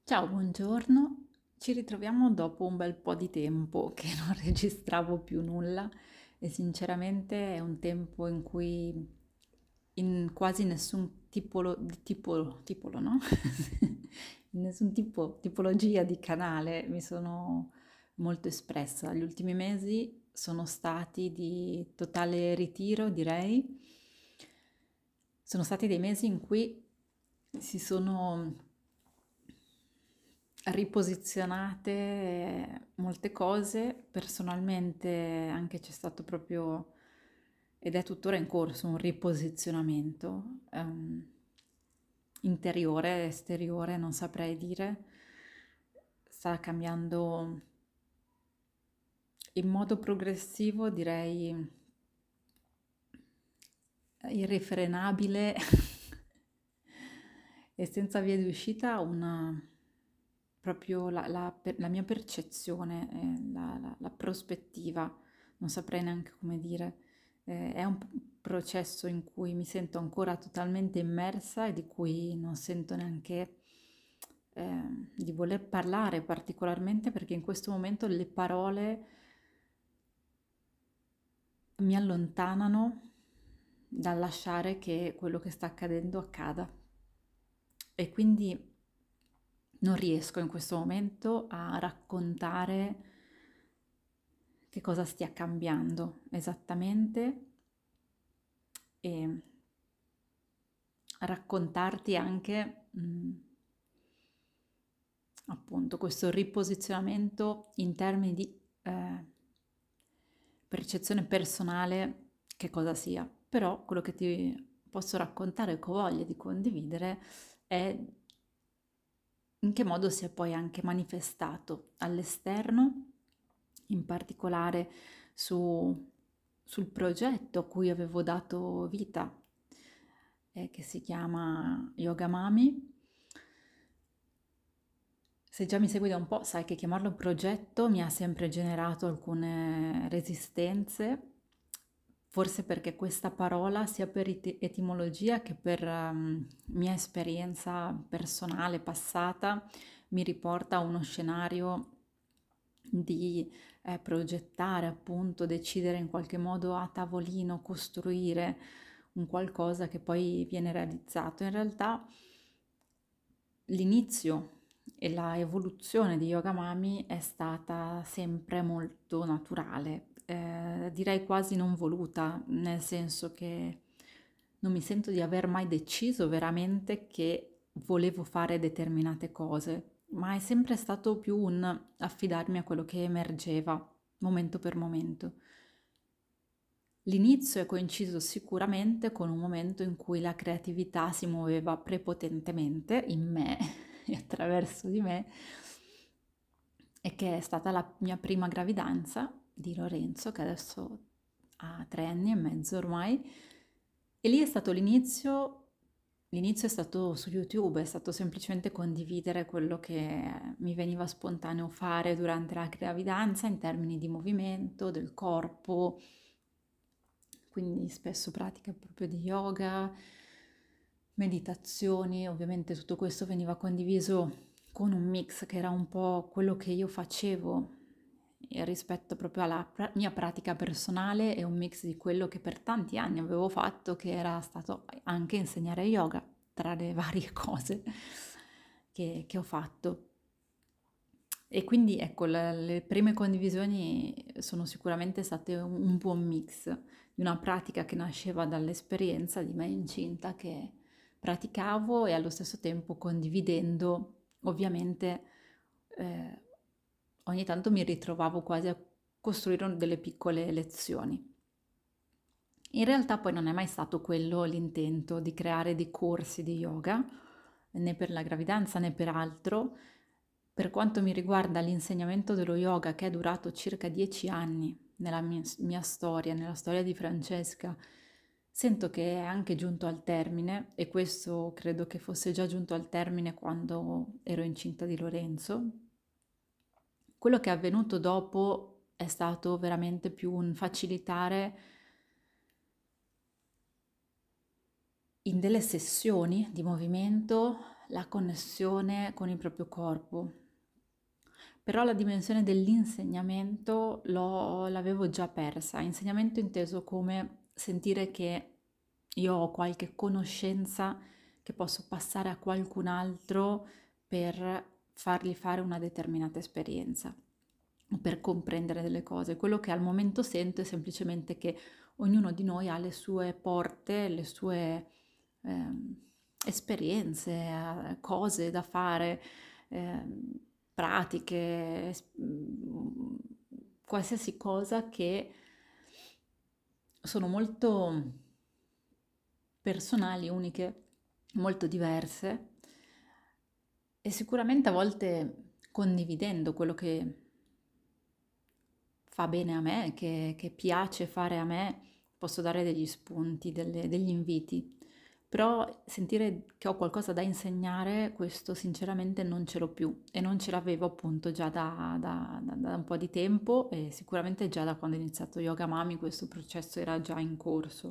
Ciao, buongiorno. Ci ritroviamo dopo un bel po' di tempo che non registravo più nulla e sinceramente è un tempo in cui in quasi nessun tipolo, no? In nessun tipologia di canale mi sono molto espressa. Gli ultimi mesi sono stati di totale ritiro, direi. Sono stati dei mesi in cui si sono riposizionate molte cose. Personalmente anche c'è stato proprio, ed è tuttora in corso, un riposizionamento interiore, esteriore, non saprei dire. Sta cambiando in modo progressivo, direi irrefrenabile e senza via di uscita proprio la mia percezione, la prospettiva, non saprei neanche come dire. È un processo in cui mi sento ancora totalmente immersa e di cui non sento neanche di voler parlare particolarmente perché in questo momento le parole mi allontanano dal lasciare che quello che sta accadendo accada. E quindi non riesco in questo momento a raccontare che cosa stia cambiando esattamente e a raccontarti anche appunto questo riposizionamento in termini di percezione personale che cosa sia. Però quello che ti posso raccontare che ho voglia di condividere è in che modo si è poi anche manifestato all'esterno, in particolare sul progetto a cui avevo dato vita, che si chiama Yoga Mami. Se già mi segui da un po', sai che chiamarlo progetto mi ha sempre generato alcune resistenze, forse perché questa parola, sia per etimologia che per mia esperienza personale passata, mi riporta a uno scenario di progettare, appunto, decidere in qualche modo a tavolino, costruire un qualcosa che poi viene realizzato. In realtà l'inizio e la evoluzione di Yoga Mami è stata sempre molto naturale, direi quasi non voluta, nel senso che non mi sento di aver mai deciso veramente che volevo fare determinate cose, ma è sempre stato più un affidarmi a quello che emergeva momento per momento. L'inizio è coinciso sicuramente con un momento in cui la creatività si muoveva prepotentemente in me e attraverso di me, e che è stata la mia prima gravidanza di Lorenzo, che adesso ha 3 anni e mezzo ormai, e lì è stato l'inizio. L'inizio è stato su YouTube, è stato semplicemente condividere quello che mi veniva spontaneo fare durante la gravidanza in termini di movimento, del corpo, quindi spesso pratica proprio di yoga, meditazioni. Ovviamente tutto questo veniva condiviso con un mix che era un po' quello che io facevo rispetto proprio alla mia pratica personale, e un mix di quello che per tanti anni avevo fatto, che era stato anche insegnare yoga, tra le varie cose che ho fatto. E quindi ecco, le prime condivisioni sono sicuramente state un buon mix di una pratica che nasceva dall'esperienza di me incinta che praticavo, e allo stesso tempo condividendo, ovviamente, eh, ogni tanto mi ritrovavo quasi a costruire delle piccole lezioni. In realtà poi non è mai stato quello l'intento di creare dei corsi di yoga, né per la gravidanza né per altro. Per quanto mi riguarda l'insegnamento dello yoga, che è durato circa 10 anni nella mia storia, nella storia di Francesca, sento che è anche giunto al termine, e questo credo che fosse già giunto al termine quando ero incinta di Lorenzo. Quello che è avvenuto dopo è stato veramente più un facilitare in delle sessioni di movimento la connessione con il proprio corpo. Però la dimensione dell'insegnamento l'avevo già persa. Insegnamento inteso come sentire che io ho qualche conoscenza che posso passare a qualcun altro per fargli fare una determinata esperienza o per comprendere delle cose. Quello che al momento sento è semplicemente che ognuno di noi ha le sue porte, le sue ehm, esperienze, cose da fare, ehm, pratiche, qualsiasi cosa che sono molto personali, uniche, molto diverse e sicuramente a volte condividendo quello che fa bene a me, che piace fare a me, posso dare degli spunti, degli inviti. Però sentire che ho qualcosa da insegnare, questo sinceramente non ce l'ho più e non ce l'avevo appunto già da un po' di tempo e sicuramente già da quando ho iniziato Yoga Mami questo processo era già in corso.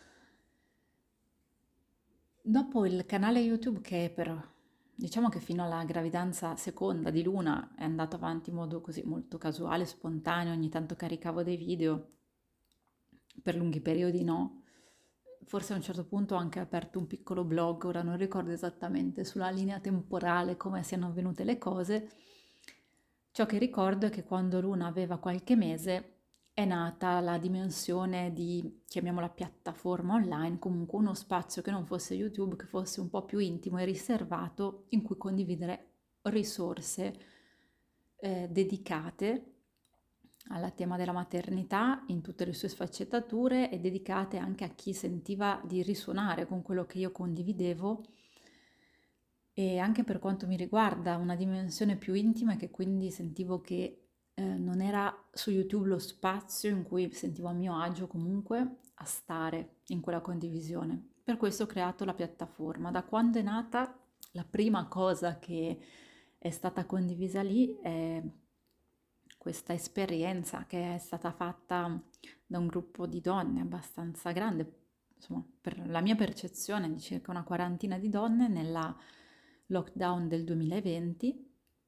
Dopo il canale YouTube che diciamo che fino alla gravidanza seconda di Luna è andato avanti in modo così molto casuale, spontaneo, ogni tanto caricavo dei video, per lunghi periodi no. Forse a un certo punto ho anche aperto un piccolo blog, ora non ricordo esattamente sulla linea temporale come siano avvenute le cose. Ciò che ricordo è che quando Luna aveva qualche mese è nata la dimensione di, chiamiamola piattaforma online, comunque uno spazio che non fosse YouTube, che fosse un po' più intimo e riservato in cui condividere risorse dedicate al tema della maternità in tutte le sue sfaccettature e dedicate anche a chi sentiva di risuonare con quello che io condividevo e anche per quanto mi riguarda una dimensione più intima e che quindi sentivo che non era su YouTube lo spazio in cui sentivo a mio agio comunque a stare in quella condivisione. Per questo ho creato la piattaforma. Da quando è nata, la prima cosa che è stata condivisa lì è questa esperienza che è stata fatta da un gruppo di donne abbastanza grande, insomma, per la mia percezione di circa una quarantina di donne nella lockdown del 2020,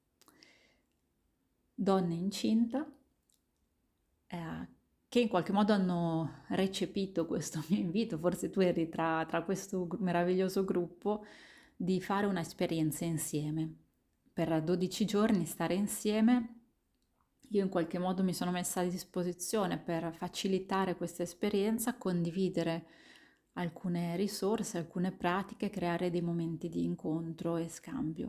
donne incinta, che in qualche modo hanno recepito questo mio invito, forse tu eri tra questo meraviglioso gruppo, di fare un'esperienza insieme. Per 12 giorni stare insieme, io in qualche modo mi sono messa a disposizione per facilitare questa esperienza, condividere alcune risorse, alcune pratiche, creare dei momenti di incontro e scambio.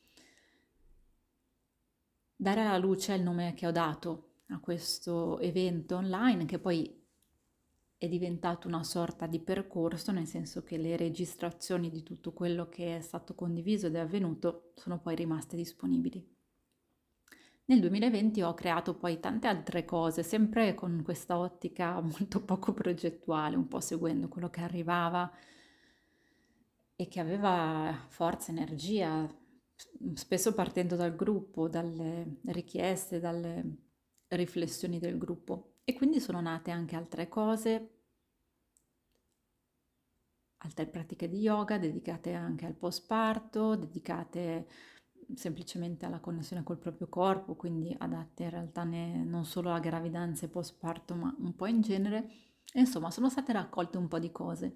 Dare alla luce è il nome che ho dato a questo evento online che poi è diventato una sorta di percorso, nel senso che le registrazioni di tutto quello che è stato condiviso ed è avvenuto sono poi rimaste disponibili. Nel 2020 ho creato poi tante altre cose, sempre con questa ottica molto poco progettuale, un po' seguendo quello che arrivava e che aveva forza, energia, spesso partendo dal gruppo, dalle richieste, dalle riflessioni del gruppo. E quindi sono nate anche altre cose, altre pratiche di yoga dedicate anche al postparto, dedicate semplicemente alla connessione col proprio corpo, quindi adatte in realtà non solo alla gravidanza e postparto, ma un po' in genere. E insomma, sono state raccolte un po' di cose,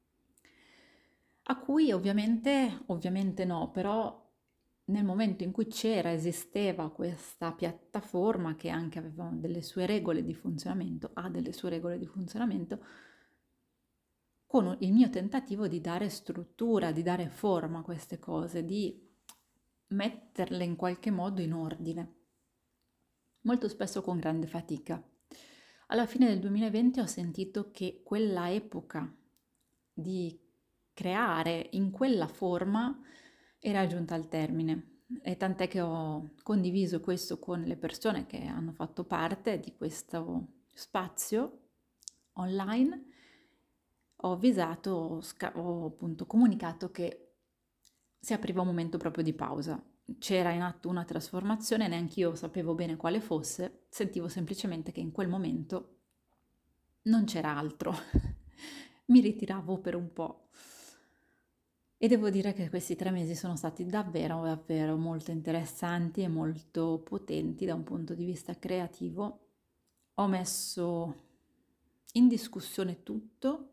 a cui ovviamente no, però nel momento in cui esisteva questa piattaforma che anche aveva delle sue regole di funzionamento, ha delle sue regole di funzionamento, con il mio tentativo di dare struttura, di dare forma a queste cose, di metterle in qualche modo in ordine, molto spesso con grande fatica. Alla fine del 2020 ho sentito che quella epoca di creare in quella forma era giunta al termine e tant'è che ho condiviso questo con le persone che hanno fatto parte di questo spazio online. Ho avvisato, ho appunto comunicato che si apriva un momento proprio di pausa. C'era in atto una trasformazione, neanch'io sapevo bene quale fosse, sentivo semplicemente che in quel momento non c'era altro. Mi ritiravo per un po'. E devo dire che questi 3 mesi sono stati davvero, davvero molto interessanti e molto potenti da un punto di vista creativo. Ho messo in discussione tutto.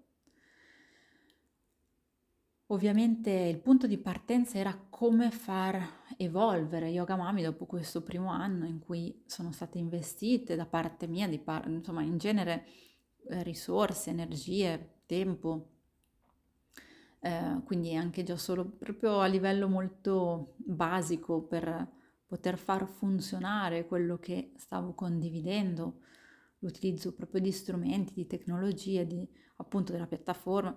Ovviamente il punto di partenza era come far evolvere Yoga Mami dopo questo primo anno in cui sono state investite da parte mia, insomma in genere risorse, energie, tempo, quindi anche già solo proprio a livello molto basico per poter far funzionare quello che stavo condividendo, l'utilizzo proprio di strumenti, di tecnologie, di appunto della piattaforma.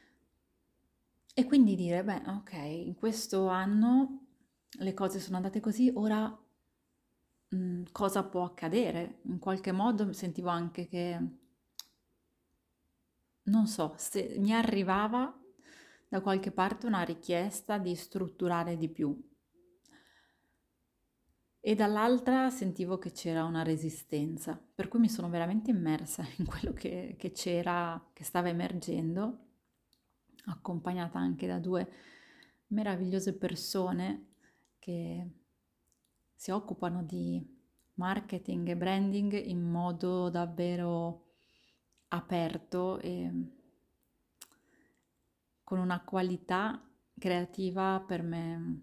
E quindi dire, beh, ok, in questo anno le cose sono andate così, ora cosa può accadere? In qualche modo sentivo anche che, non so, se mi arrivava da qualche parte una richiesta di strutturare di più e dall'altra sentivo che c'era una resistenza, per cui mi sono veramente immersa in quello che c'era, che stava emergendo, accompagnata anche da due meravigliose persone che si occupano di marketing e branding in modo davvero aperto e con una qualità creativa per me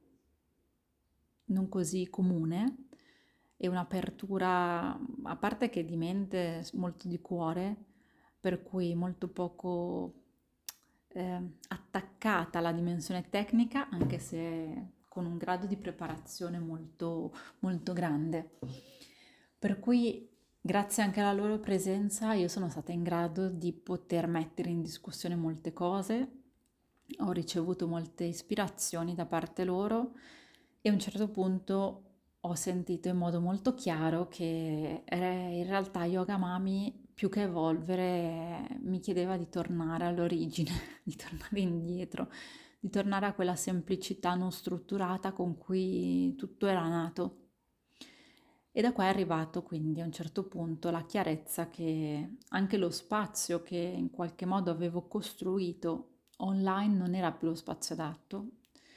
non così comune e un'apertura, a parte che di mente, molto di cuore, per cui molto poco attaccata alla dimensione tecnica, anche se con un grado di preparazione molto, molto grande. Per cui, grazie anche alla loro presenza, io sono stata in grado di poter mettere in discussione molte cose, ho ricevuto molte ispirazioni da parte loro e a un certo punto ho sentito in modo molto chiaro che in realtà Yoga Mami, più che evolvere, mi chiedeva di tornare all'origine, di tornare indietro, di tornare a quella semplicità non strutturata con cui tutto era nato. E da qua è arrivato quindi a un certo punto la chiarezza che anche lo spazio che in qualche modo avevo costruito online non era più lo spazio adatto,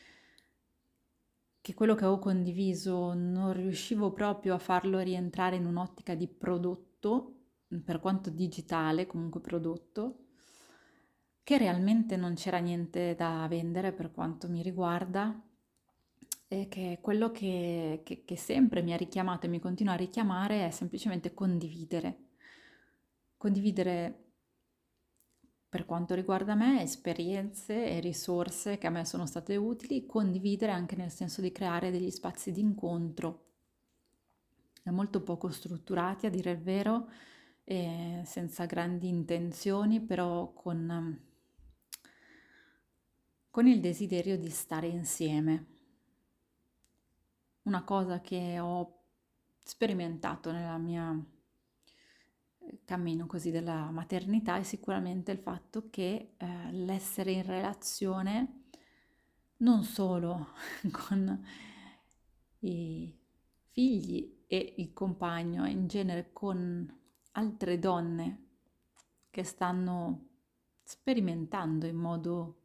che quello che avevo condiviso non riuscivo proprio a farlo rientrare in un'ottica di prodotto, per quanto digitale, comunque prodotto, che realmente non c'era niente da vendere per quanto mi riguarda, e che quello che sempre mi ha richiamato e mi continua a richiamare è semplicemente condividere. Condividere per quanto riguarda me, esperienze e risorse che a me sono state utili, condividere anche nel senso di creare degli spazi di incontro molto poco strutturati, a dire il vero, senza grandi intenzioni, però con il desiderio di stare insieme. Una cosa che ho sperimentato nella mia cammino così della maternità è sicuramente il fatto che l'essere in relazione non solo con i figli e il compagno, in genere con altre donne che stanno sperimentando in modo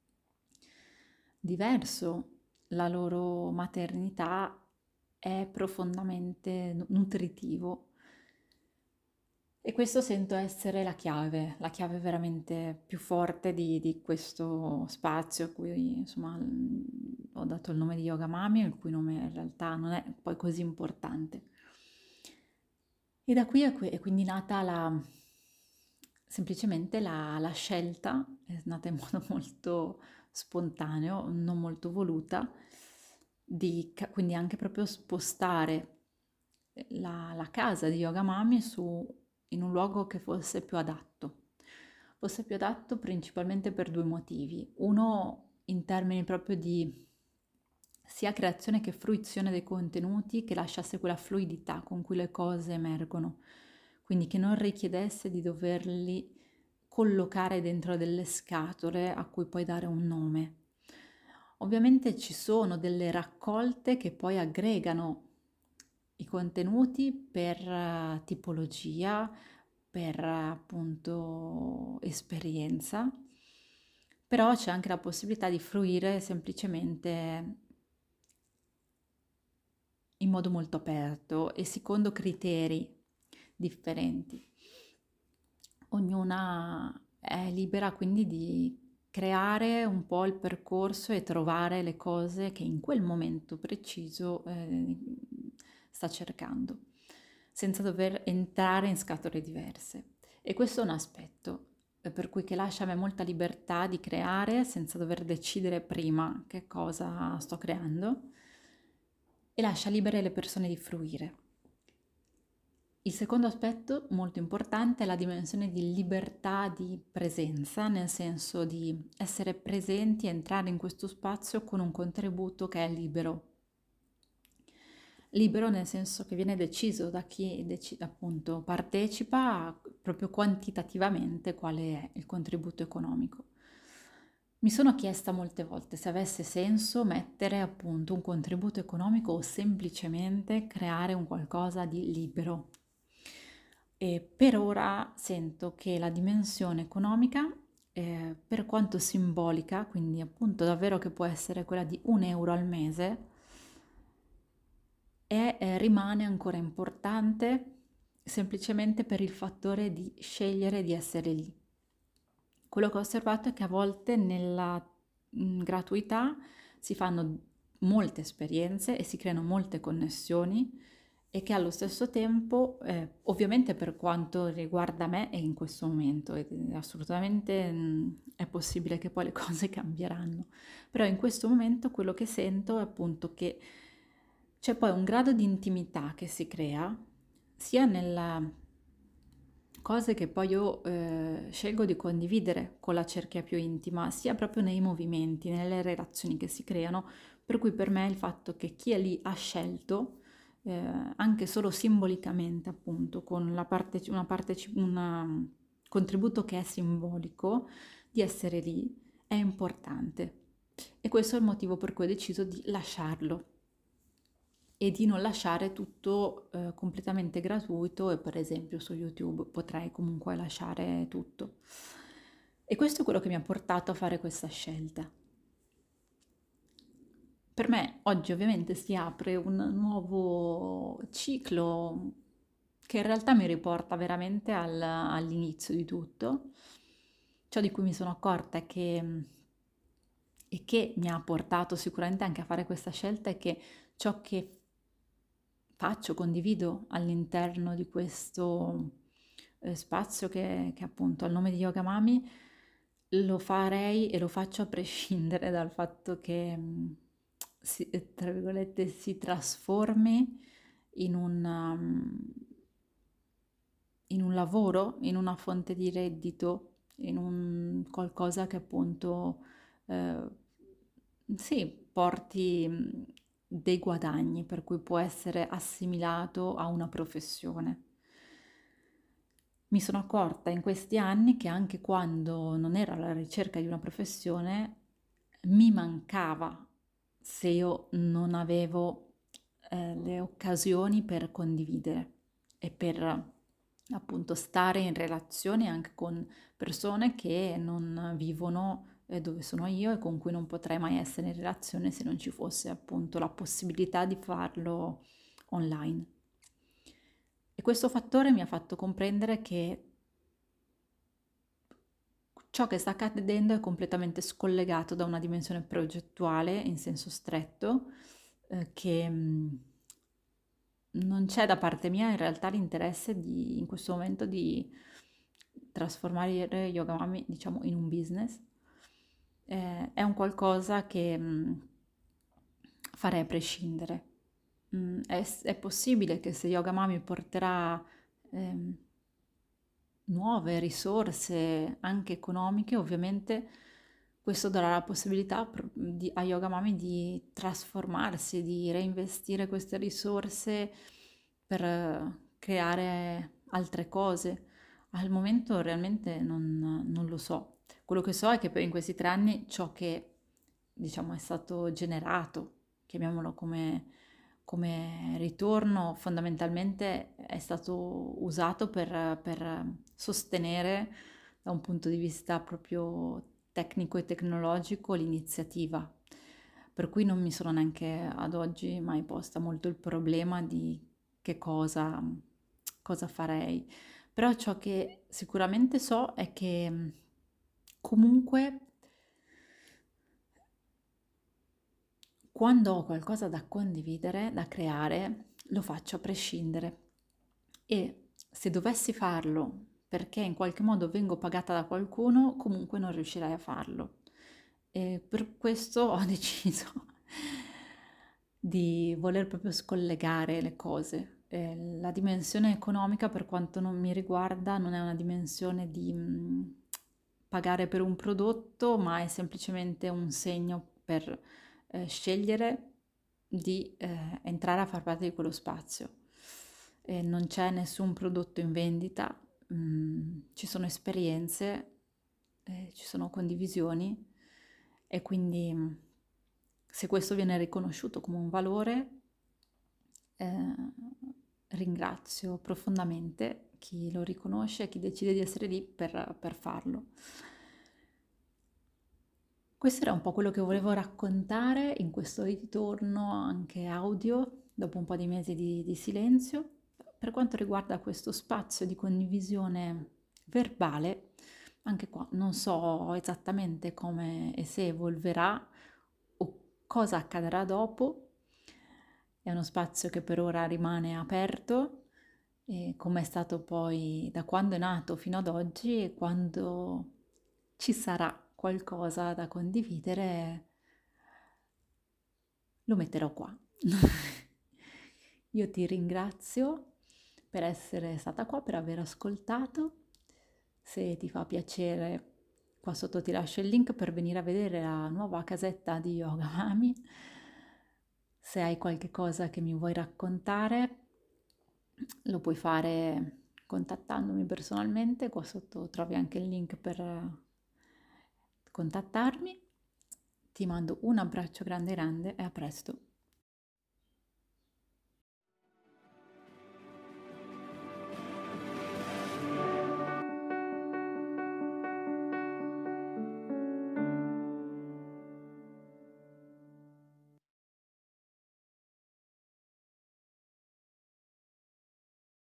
diverso la loro maternità, è profondamente nutritivo. E questo sento essere la chiave veramente più forte di questo spazio a cui insomma ho dato il nome di Yoga Mami, il cui nome in realtà non è poi così importante. E da qui è quindi nata semplicemente la scelta, è nata in modo molto spontaneo, non molto voluta, quindi anche proprio spostare la casa di Yoga Mami in un luogo che fosse più adatto. Fosse più adatto principalmente per due motivi. Uno in termini proprio di sia creazione che fruizione dei contenuti, che lasciasse quella fluidità con cui le cose emergono, quindi che non richiedesse di doverli collocare dentro delle scatole a cui poi dare un nome. Ovviamente ci sono delle raccolte che poi aggregano i contenuti per tipologia, per appunto esperienza, però c'è anche la possibilità di fruire semplicemente in modo molto aperto e secondo criteri differenti. Ognuna è libera quindi di creare un po' il percorso e trovare le cose che in quel momento preciso sta cercando, senza dover entrare in scatole diverse. E questo è un aspetto per cui che lascia a me molta libertà di creare senza dover decidere prima che cosa sto creando e lascia libere le persone di fruire. Il secondo aspetto molto importante è la dimensione di libertà di presenza, nel senso di essere presenti e entrare in questo spazio con un contributo che è libero. Libero nel senso che viene deciso da chi appunto partecipa proprio quantitativamente qual è il contributo economico. Mi sono chiesta molte volte se avesse senso mettere appunto un contributo economico o semplicemente creare un qualcosa di libero. E per ora sento che la dimensione economica, per quanto simbolica, quindi appunto davvero che può essere quella di 1 euro al mese, rimane ancora importante semplicemente per il fattore di scegliere di essere lì. Quello che ho osservato è che a volte nella gratuità si fanno molte esperienze e si creano molte connessioni e che allo stesso tempo, ovviamente per quanto riguarda me e in questo momento, assolutamente è possibile che poi le cose cambieranno, però in questo momento quello che sento è appunto che c'è poi un grado di intimità che si crea sia nella cose che poi io scelgo di condividere con la cerchia più intima, sia proprio nei movimenti, nelle relazioni che si creano, per cui per me il fatto che chi è lì ha scelto, anche solo simbolicamente appunto, con un contributo che è simbolico, di essere lì, è importante. E questo è il motivo per cui ho deciso di lasciarlo e di non lasciare tutto completamente gratuito e per esempio su YouTube potrei comunque lasciare tutto. E questo è quello che mi ha portato a fare questa scelta. Per me oggi ovviamente si apre un nuovo ciclo che in realtà mi riporta veramente all'inizio di tutto. Ciò di cui mi sono accorta è e che mi ha portato sicuramente anche a fare questa scelta è che ciò che faccio, condivido all'interno di questo spazio che appunto ha il nome di Yoga Mami, lo farei e lo faccio a prescindere dal fatto che tra virgolette, si trasformi in in un lavoro, in una fonte di reddito, in un qualcosa che appunto eh, sì, porti dei guadagni, per cui può essere assimilato a una professione. Mi sono accorta in questi anni che anche quando non ero alla ricerca di una professione, mi mancava se io non avevo le occasioni per condividere e per appunto stare in relazione anche con persone che non vivono dove sono io e con cui non potrei mai essere in relazione se non ci fosse appunto la possibilità di farlo online. E questo fattore mi ha fatto comprendere che ciò che sta accadendo è completamente scollegato da una dimensione progettuale in senso stretto, che non c'è da parte mia in realtà l'interesse in questo momento di trasformare Yoga Mami, diciamo, in un business. È un qualcosa che farei a prescindere. È possibile che se Yoga Mami porterà ehm, nuove risorse anche economiche, ovviamente questo darà la possibilità a Yoga Mami di trasformarsi, di reinvestire queste risorse per creare altre cose. Al momento realmente non lo so. Quello che so è che poi in questi 3 anni ciò che diciamo è stato generato, chiamiamolo come ritorno, fondamentalmente è stato usato per sostenere da un punto di vista proprio tecnico e tecnologico l'iniziativa, per cui non mi sono neanche ad oggi mai posta molto il problema di che cosa farei. Però ciò che sicuramente so è che comunque quando ho qualcosa da condividere, da creare, lo faccio a prescindere. E se dovessi farlo perché in qualche modo vengo pagata da qualcuno, comunque non riuscirei a farlo. E per questo ho deciso di voler proprio scollegare le cose. La dimensione economica, per quanto non mi riguarda, non è una dimensione di pagare per un prodotto, ma è semplicemente un segno per scegliere di entrare a far parte di quello spazio. Non c'è nessun prodotto in vendita, ci sono esperienze, ci sono condivisioni e quindi se questo viene riconosciuto come un valore, eh, ringrazio profondamente chi lo riconosce e chi decide di essere lì per farlo. Questo era un po' quello che volevo raccontare in questo ritorno anche audio, dopo un po' di mesi di silenzio. Per quanto riguarda questo spazio di condivisione verbale, anche qua non so esattamente come e se evolverà o cosa accadrà dopo. È uno spazio che per ora rimane aperto, e come è stato poi da quando è nato fino ad oggi, e quando ci sarà qualcosa da condividere, lo metterò qua. Io ti ringrazio per essere stata qua, per aver ascoltato. Se ti fa piacere, qua sotto ti lascio il link per venire a vedere la nuova casetta di Yoga Mami. Se hai qualche cosa che mi vuoi raccontare, lo puoi fare contattandomi personalmente, qua sotto trovi anche il link per contattarmi. Ti mando un abbraccio grande grande e a presto.